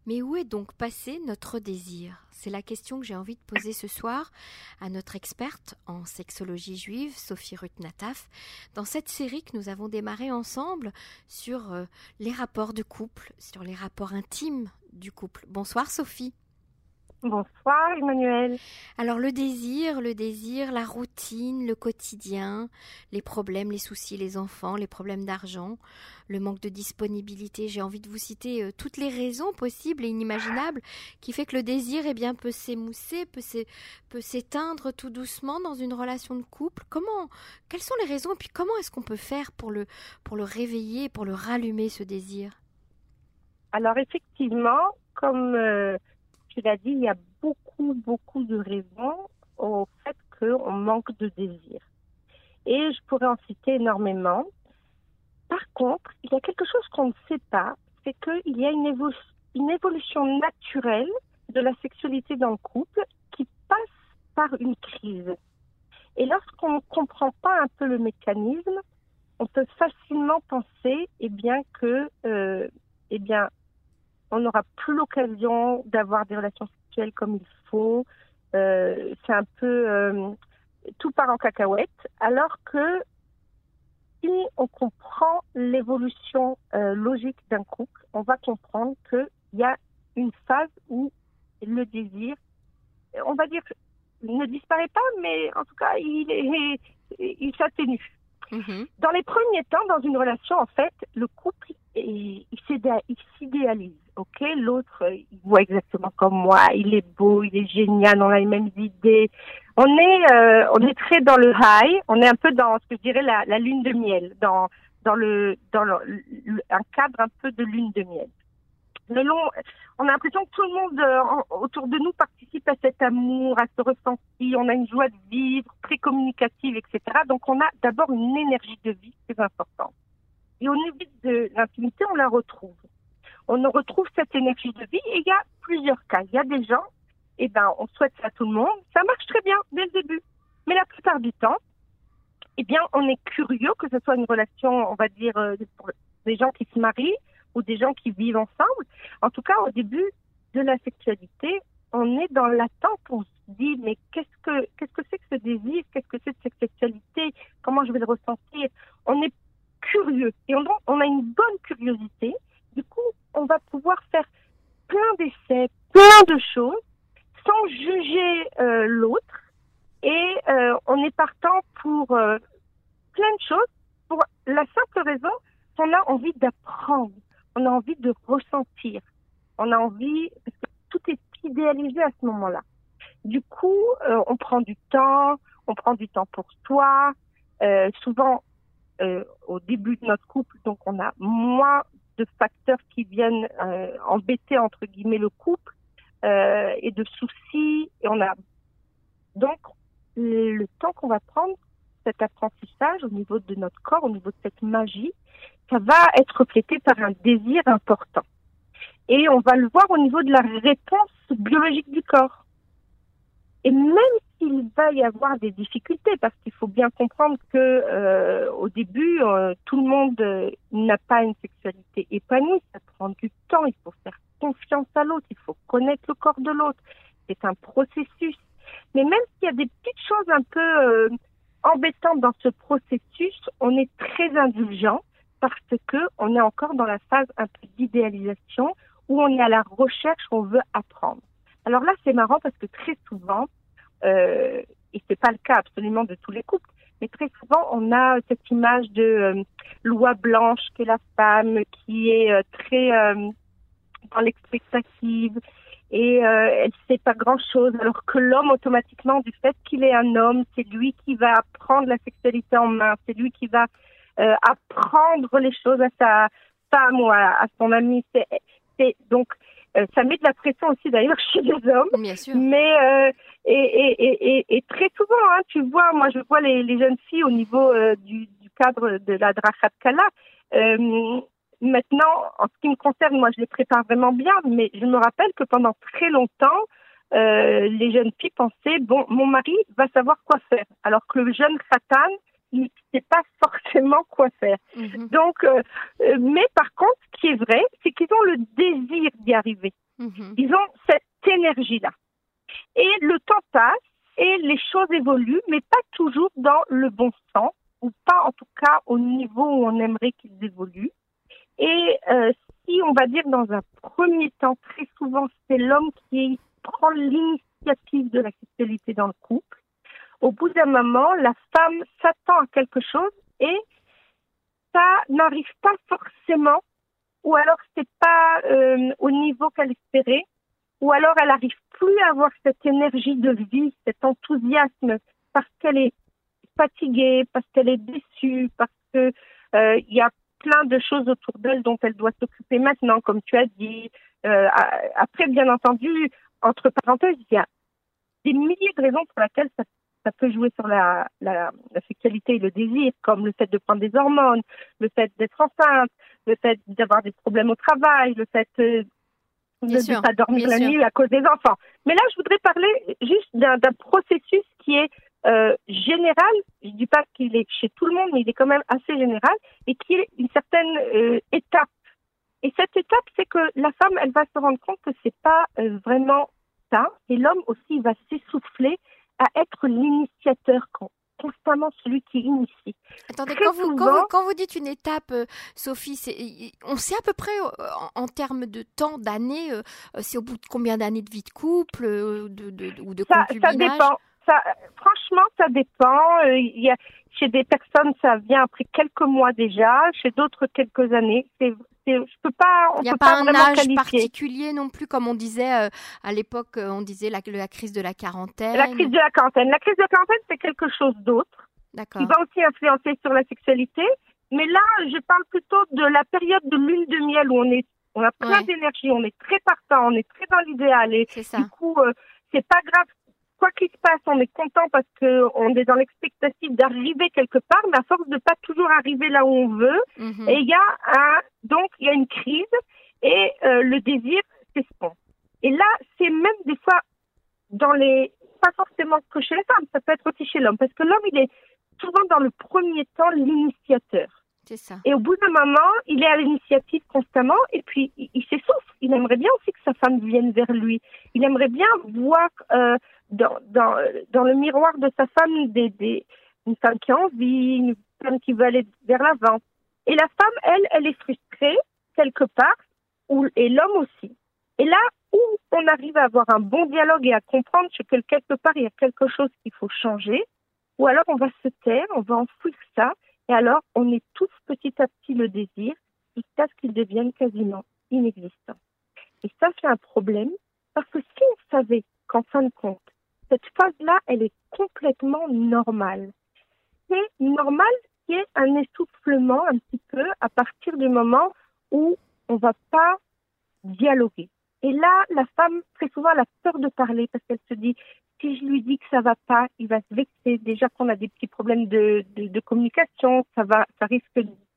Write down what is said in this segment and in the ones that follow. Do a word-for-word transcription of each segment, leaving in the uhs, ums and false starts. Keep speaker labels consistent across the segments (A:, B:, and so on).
A: Mais où est donc passé notre désir ? C'est la question que j'ai envie de poser ce soir à notre experte en sexologie juive, Sophie Ruth-Nataf, dans cette série que nous avons démarrée ensemble sur euh, les rapports de couple, sur les rapports intimes du couple. Bonsoir Sophie.
B: Bonsoir Emmanuel.
A: Alors le désir, le désir, la routine, le quotidien, les problèmes, les soucis, les enfants, les problèmes d'argent, le manque de disponibilité. J'ai envie de vous citer euh, toutes les raisons possibles et inimaginables qui fait que le désir eh bien, peut s'émousser, peut, s'é- peut s'éteindre tout doucement dans une relation de couple. Comment, quelles sont les raisons et puis comment est-ce qu'on peut faire pour le, pour le réveiller, pour le rallumer ce désir ?
B: Alors effectivement, comme euh, tu l'as dit, il y a beaucoup, beaucoup de raisons au fait qu'on manque de désir. Et je pourrais en citer énormément. Par contre, il y a quelque chose qu'on ne sait pas, c'est qu'il y a une, évo- une évolution naturelle de la sexualité dans le couple qui passe par une crise. Et lorsqu'on ne comprend pas un peu le mécanisme, on peut facilement penser eh bien, que euh, eh bien, on n'aura plus l'occasion d'avoir des relations sexuelles comme il faut. Euh, c'est un peu euh, tout part en cacahuète, alors que si on comprend l'évolution euh, logique d'un couple, on va comprendre qu'il y a une phase où le désir, on va dire, ne disparaît pas, mais en tout cas, il, est, il s'atténue.
A: Mmh.
B: Dans les premiers temps, dans une relation, en fait, le couple, il, il, s'idéalise, il s'idéalise, ok ? L'autre, il voit exactement comme moi, il est beau, il est génial, on a les mêmes idées. On est, euh, on est très dans le high, on est un peu dans ce que je dirais la, la lune de miel, dans, dans, le, dans le, le, un cadre un peu de lune de miel. Le long, on a l'impression que tout le monde euh, autour de nous participe à cet amour, à ce ressenti. On a une joie de vivre, très communicative, et cetera. Donc, on a d'abord une énergie de vie très importante. Et au niveau de l'intimité, on la retrouve. On retrouve cette énergie de vie et il y a plusieurs cas. Il y a des gens, eh ben, on souhaite ça à tout le monde. Ça marche très bien dès le début. Mais la plupart du temps, eh bien, on est curieux que ce soit une relation, on va dire, pour des gens qui se marient ou des gens qui vivent ensemble. En tout cas, au début de la sexualité, on est dans l'attente, on se dit, mais qu'est-ce que qu'est-ce que c'est que ce désir, qu'est-ce que c'est que cette sexualité, comment je vais le ressentir. On est curieux et on, on a une bonne curiosité. Du coup, on va pouvoir faire plein d'essais, plein de choses, sans juger euh, l'autre. Et euh, on est partant pour euh, plein de choses, pour la simple raison qu'on a envie d'apprendre. On a envie de ressentir. On a envie, parce que tout est idéalisé à ce moment-là. Du coup, euh, on prend du temps, on prend du temps pour soi. Euh, souvent, euh, au début de notre couple, donc on a moins de facteurs qui viennent euh, embêter, entre guillemets, le couple euh, et de soucis. Et on a donc le, le temps qu'on va prendre, cet apprentissage au niveau de notre corps, au niveau de cette magie, ça va être reflété par un désir important. Et on va le voir au niveau de la réponse biologique du corps. Et même s'il va y avoir des difficultés, parce qu'il faut bien comprendre que euh, au début, euh, tout le monde euh, n'a pas une sexualité épanouie, ça prend du temps, il faut faire confiance à l'autre, il faut connaître le corps de l'autre. C'est un processus. Mais même s'il y a des petites choses un peu euh, embêtantes dans ce processus, on est très indulgent parce que on est encore dans la phase un peu d'idéalisation où on est à la recherche, où on veut apprendre. Alors là, c'est marrant parce que très souvent, euh, et c'est pas le cas absolument de tous les couples, mais très souvent, on a cette image de euh, loi blanche que la femme qui est euh, très euh, dans l'expectative et euh, elle sait pas grand-chose, alors que l'homme, automatiquement, du fait qu'il est un homme, c'est lui qui va prendre la sexualité en main, c'est lui qui va euh, apprendre les choses à sa femme ou à, à son ami. C'est, c'est, donc, euh, ça met de la pression aussi, d'ailleurs, chez les hommes.
A: Bien sûr.
B: Mais, euh, et, et, et, et, et très souvent, hein, tu vois, moi, je vois les, les jeunes filles au niveau euh, du, du cadre de la Drachat Kala. Euh, maintenant, en ce qui me concerne, moi, je les prépare vraiment bien, mais je me rappelle que pendant très longtemps, euh, les jeunes filles pensaient, bon, mon mari va savoir quoi faire. Alors que le jeune Khatan, il ne sait pas forcément quoi faire. Mmh. Donc, euh, euh, mais par contre, ce qui est vrai, c'est qu'ils ont le désir d'y arriver. Mmh. Ils ont cette énergie-là. Et le temps passe et les choses évoluent, mais pas toujours dans le bon sens, ou pas en tout cas au niveau où on aimerait qu'ils évoluent. Et euh, si on va dire dans un premier temps, très souvent, c'est l'homme qui prend l'initiative de la sexualité dans le couple. Au bout d'un moment, la femme s'attend à quelque chose et ça n'arrive pas forcément, ou alors c'est pas euh, au niveau qu'elle espérait, ou alors elle n'arrive plus à avoir cette énergie de vie, cet enthousiasme, parce qu'elle est fatiguée, parce qu'elle est déçue, parce que euh, il y a plein de choses autour d'elle dont elle doit s'occuper maintenant, comme tu as dit. Euh, après, bien entendu, entre parenthèses, il y a des milliers de raisons pour lesquelles ça, ça peut jouer sur la, la, la sexualité et le désir, comme le fait de prendre des hormones, le fait d'être enceinte, le fait d'avoir des problèmes au travail, le fait euh, de ne pas dormir la nuit à cause des enfants. Mais là, je voudrais parler juste d'un, d'un processus qui est euh, général. Je ne dis pas qu'il est chez tout le monde, mais il est quand même assez général et qui est une certaine euh, étape. Et cette étape, c'est que la femme, elle va se rendre compte que c'est pas euh, vraiment ça. Et l'homme aussi, il va s'essouffler à être l'initiateur quand constamment celui qui initie.
A: Attendez, quand vous, souvent, quand, vous, quand vous dites une étape, euh, Sophie, c'est, on sait à peu près euh, en, en termes de temps, d'années, euh, c'est au bout de combien d'années de vie de couple euh, de, de, de, ou de
B: ça,
A: concubinage?
B: Ça dépend. Ça, franchement, ça dépend. Euh, y a, chez des personnes, ça vient après quelques mois déjà. Chez d'autres, quelques années. C'est, c'est, je peux pas. On
A: Il n'y a
B: peut
A: pas,
B: pas
A: un
B: vraiment
A: âge
B: qualifier.
A: particulier non plus, comme on disait euh, à l'époque. Euh, on disait la, la crise de la quarantaine.
B: La crise de la quarantaine. La crise de la quarantaine, c'est quelque chose d'autre.
A: D'accord.
B: Qui va aussi influencer sur la sexualité. Mais là, je parle plutôt de la période de lune de miel où on est, on a plein ouais. d'énergie, on est très partant, on est très dans l'idéal. Et
A: c'est ça.
B: Du coup, euh, c'est pas grave. Quoi qu'il se passe, on est content parce que on est dans l'expectative d'arriver quelque part, mais à force de pas toujours arriver là où on veut. Mm-hmm. Et il y a un, donc il y a une crise et euh, le désir s'estompe. Et là, c'est même des fois dans les, pas forcément que chez les femmes, ça peut être aussi chez l'homme, parce que l'homme, il est souvent dans le premier temps l'initiateur.
A: C'est ça.
B: Et au bout d'un moment, il est à l'initiative constamment et puis il, il s'essouffle. Il aimerait bien aussi que sa femme vienne vers lui. Il aimerait bien voir euh, dans, dans, dans le miroir de sa femme des, des, une femme qui a envie, une femme qui veut aller vers l'avant. Et la femme, elle, elle est frustrée quelque part, ou, et l'homme aussi. Et là où on arrive à avoir un bon dialogue et à comprendre que quelque part, il y a quelque chose qu'il faut changer, ou alors on va se taire, on va enfouir ça, et alors on est tous petit à petit le désir, jusqu'à ce qu'il devienne quasiment inexistant. Et ça, c'est un problème, parce que si on savait qu'en fin de compte, cette phase-là, elle est complètement normale. C'est normal qu'il y ait un essoufflement un petit peu à partir du moment où on ne va pas dialoguer. Et là, la femme, très souvent, elle a peur de parler parce qu'elle se dit, si je lui dis que ça va pas, il va se vexer. Déjà qu'on a des petits problèmes de, de, de communication, ça va, ça risque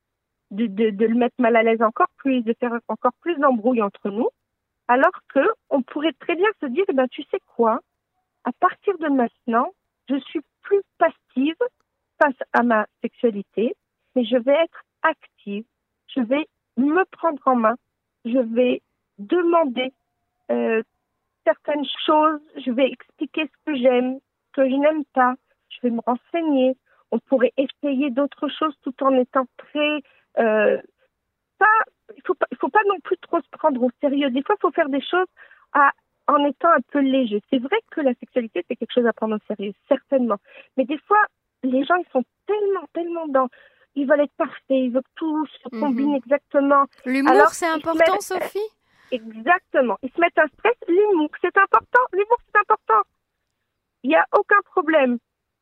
B: de, de, de le mettre mal à l'aise encore plus, de faire encore plus d'embrouilles entre nous. Alors que on pourrait très bien se dire, eh ben, tu sais quoi, à partir de maintenant, je suis plus passive face à ma sexualité, mais je vais être active, je vais me prendre en main, je vais demander euh, certaines choses, je vais expliquer ce que j'aime, ce que je n'aime pas, je vais me renseigner. On pourrait essayer d'autres choses tout en étant très... Euh, ça, il faut pas, il faut pas non plus trop se prendre au sérieux. Des fois, il faut faire des choses à, en étant un peu léger. C'est vrai que la sexualité, c'est quelque chose à prendre au sérieux, certainement. Mais des fois, les gens, ils sont tellement, tellement dans... Ils veulent être parfaits, ils veulent que tout se combine mm-hmm. exactement.
A: L'humour, alors, c'est important, mettent... Sophie ?
B: Exactement. Ils se mettent un stress. L'humour, c'est important. L'humour, c'est important. Il n'y a aucun problème.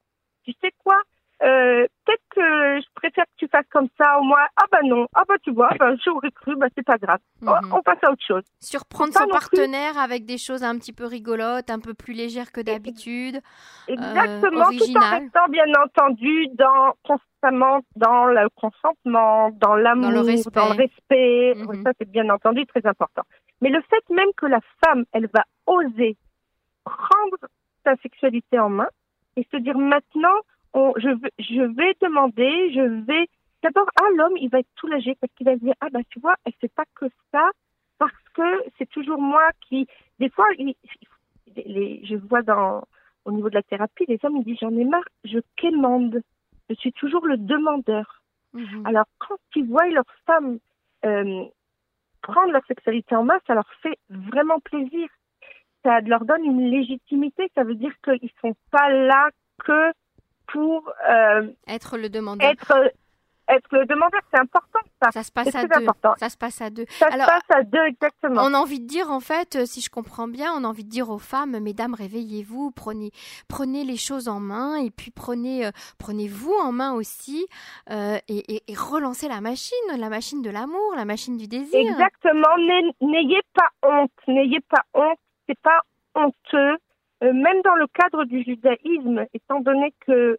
B: Tu sais quoi euh, Peut-être que je préfère que tu fasses comme ça, au moins. Ah bah non. Ah bah tu vois, bah, j'aurais cru, bah c'est pas grave. Mm-hmm. Oh, on passe à autre chose.
A: Surprendre son partenaire plus... avec des choses un petit peu rigolotes, un peu plus légères que d'habitude.
B: Exactement.
A: Euh, original.
B: Tout en restant, bien entendu, dans constamment dans le consentement, dans l'amour,
A: dans le respect.
B: Dans le respect.
A: Mm-hmm.
B: Ça, c'est bien entendu très important. Mais le fait même que la femme, elle va oser prendre sa sexualité en main et se dire maintenant, on, je, vais- je vais demander, je vais d'abord, ah, l'homme, il va être soulagé parce qu'il va se dire, ah, bah, tu vois, elle fait pas que ça parce que c'est toujours moi qui, des fois, il- les, les- je vois dans, au niveau de la thérapie, les hommes, ils disent, j'en ai marre, je quémande. Je suis toujours le demandeur.
A: Mhm.
B: Alors, quand ils voient leur femme euh, prendre leur sexualité en main, ça leur fait vraiment plaisir. Ça leur donne une légitimité. Ça veut dire qu'ils ne sont pas là que pour euh,
A: Être le demandeur.
B: être, être le demandeur. C'est important, ça.
A: Ça se passe
B: C'est
A: à
B: très
A: deux.
B: important.
A: Ça se passe à deux.
B: Ça
A: Alors,
B: se passe à deux, exactement.
A: on a envie de dire, en fait, euh, si je comprends bien, on a envie de dire aux femmes, mesdames, réveillez-vous, prenez, prenez les choses en main et puis prenez, euh, prenez-vous en main aussi euh, et, et, et relancez la machine, la machine de l'amour, la machine du désir.
B: Exactement. N'ay- N'ayez pas honte. N'ayez pas honte. C'est pas honteux. Euh, même dans le cadre du judaïsme, étant donné que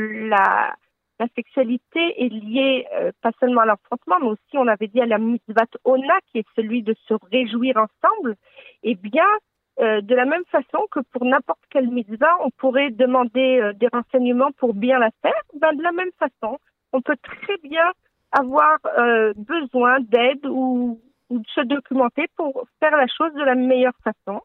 B: la, la sexualité est liée euh, pas seulement à l'affrontement, mais aussi, on avait dit, à la mitzvah ona, qui est celui de se réjouir ensemble, eh bien, euh, de la même façon que pour n'importe quelle mitzvah, on pourrait demander euh, des renseignements pour bien la faire, ben, de la même façon, on peut très bien avoir euh, besoin d'aide ou, ou de se documenter pour faire la chose de la meilleure façon.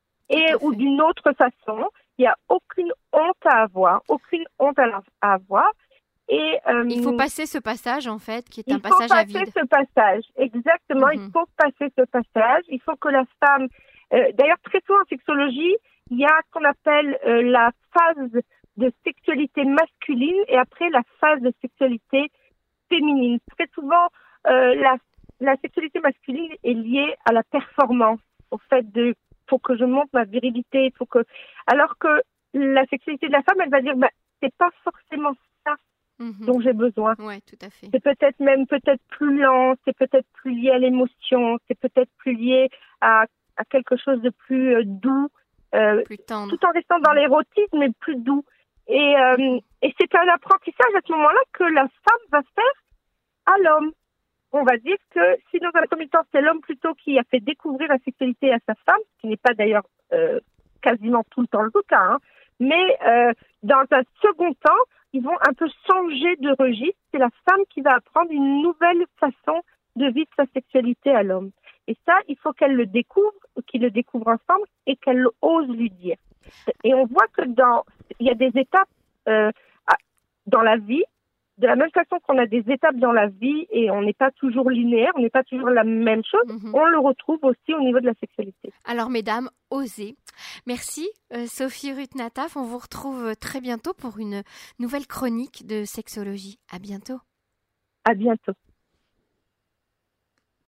B: Et ou d'une autre façon, il n'y a aucune honte à avoir, aucune honte à, la- à avoir. Et euh,
A: Il faut passer ce passage, en fait, qui est
B: il
A: un
B: faut
A: passage à
B: passer
A: vide.
B: ce passage, exactement.
A: Mhm.
B: Il faut passer ce passage. Il faut que la femme. euh, D'ailleurs, très souvent en sexologie, il y a ce qu'on appelle euh, la phase de sexualité masculine et après la phase de sexualité féminine. Très souvent, euh, la, la sexualité masculine est liée à la performance, au fait de faut que je montre ma virilité, il faut que. Alors que la sexualité de la femme, elle va dire, bah, c'est pas forcément ça
A: Mhm.
B: dont j'ai besoin.
A: Ouais, tout à fait.
B: C'est peut-être même peut-être plus lent, c'est peut-être plus lié à l'émotion, c'est peut-être plus lié à, à quelque chose de plus euh, doux, euh,
A: Plus tendre.
B: tout en restant dans l'érotisme, mais plus doux. Et, euh, et c'est un apprentissage à ce moment-là que la femme va faire à l'homme. On va dire que si dans un premier temps, c'est l'homme plutôt qui a fait découvrir la sexualité à sa femme, ce qui n'est pas d'ailleurs euh, quasiment tout le temps le cas, hein, mais euh, dans un second temps, ils vont un peu changer de registre. C'est la femme qui va apprendre une nouvelle façon de vivre sa sexualité à l'homme. Et ça, il faut qu'elle le découvre, qu'ils le découvrent ensemble et qu'elle ose lui dire. Et on voit que dans, il y a des étapes euh, dans la vie. De la même façon qu'on a des étapes dans la vie et on n'est pas toujours linéaire, on n'est pas toujours la même chose,
A: Mhm.
B: on le retrouve aussi au niveau de la sexualité.
A: Alors, mesdames, osez. Merci, euh, Sophie Ruth-Nataf. On vous retrouve très bientôt pour une nouvelle chronique de sexologie. À bientôt.
B: À bientôt.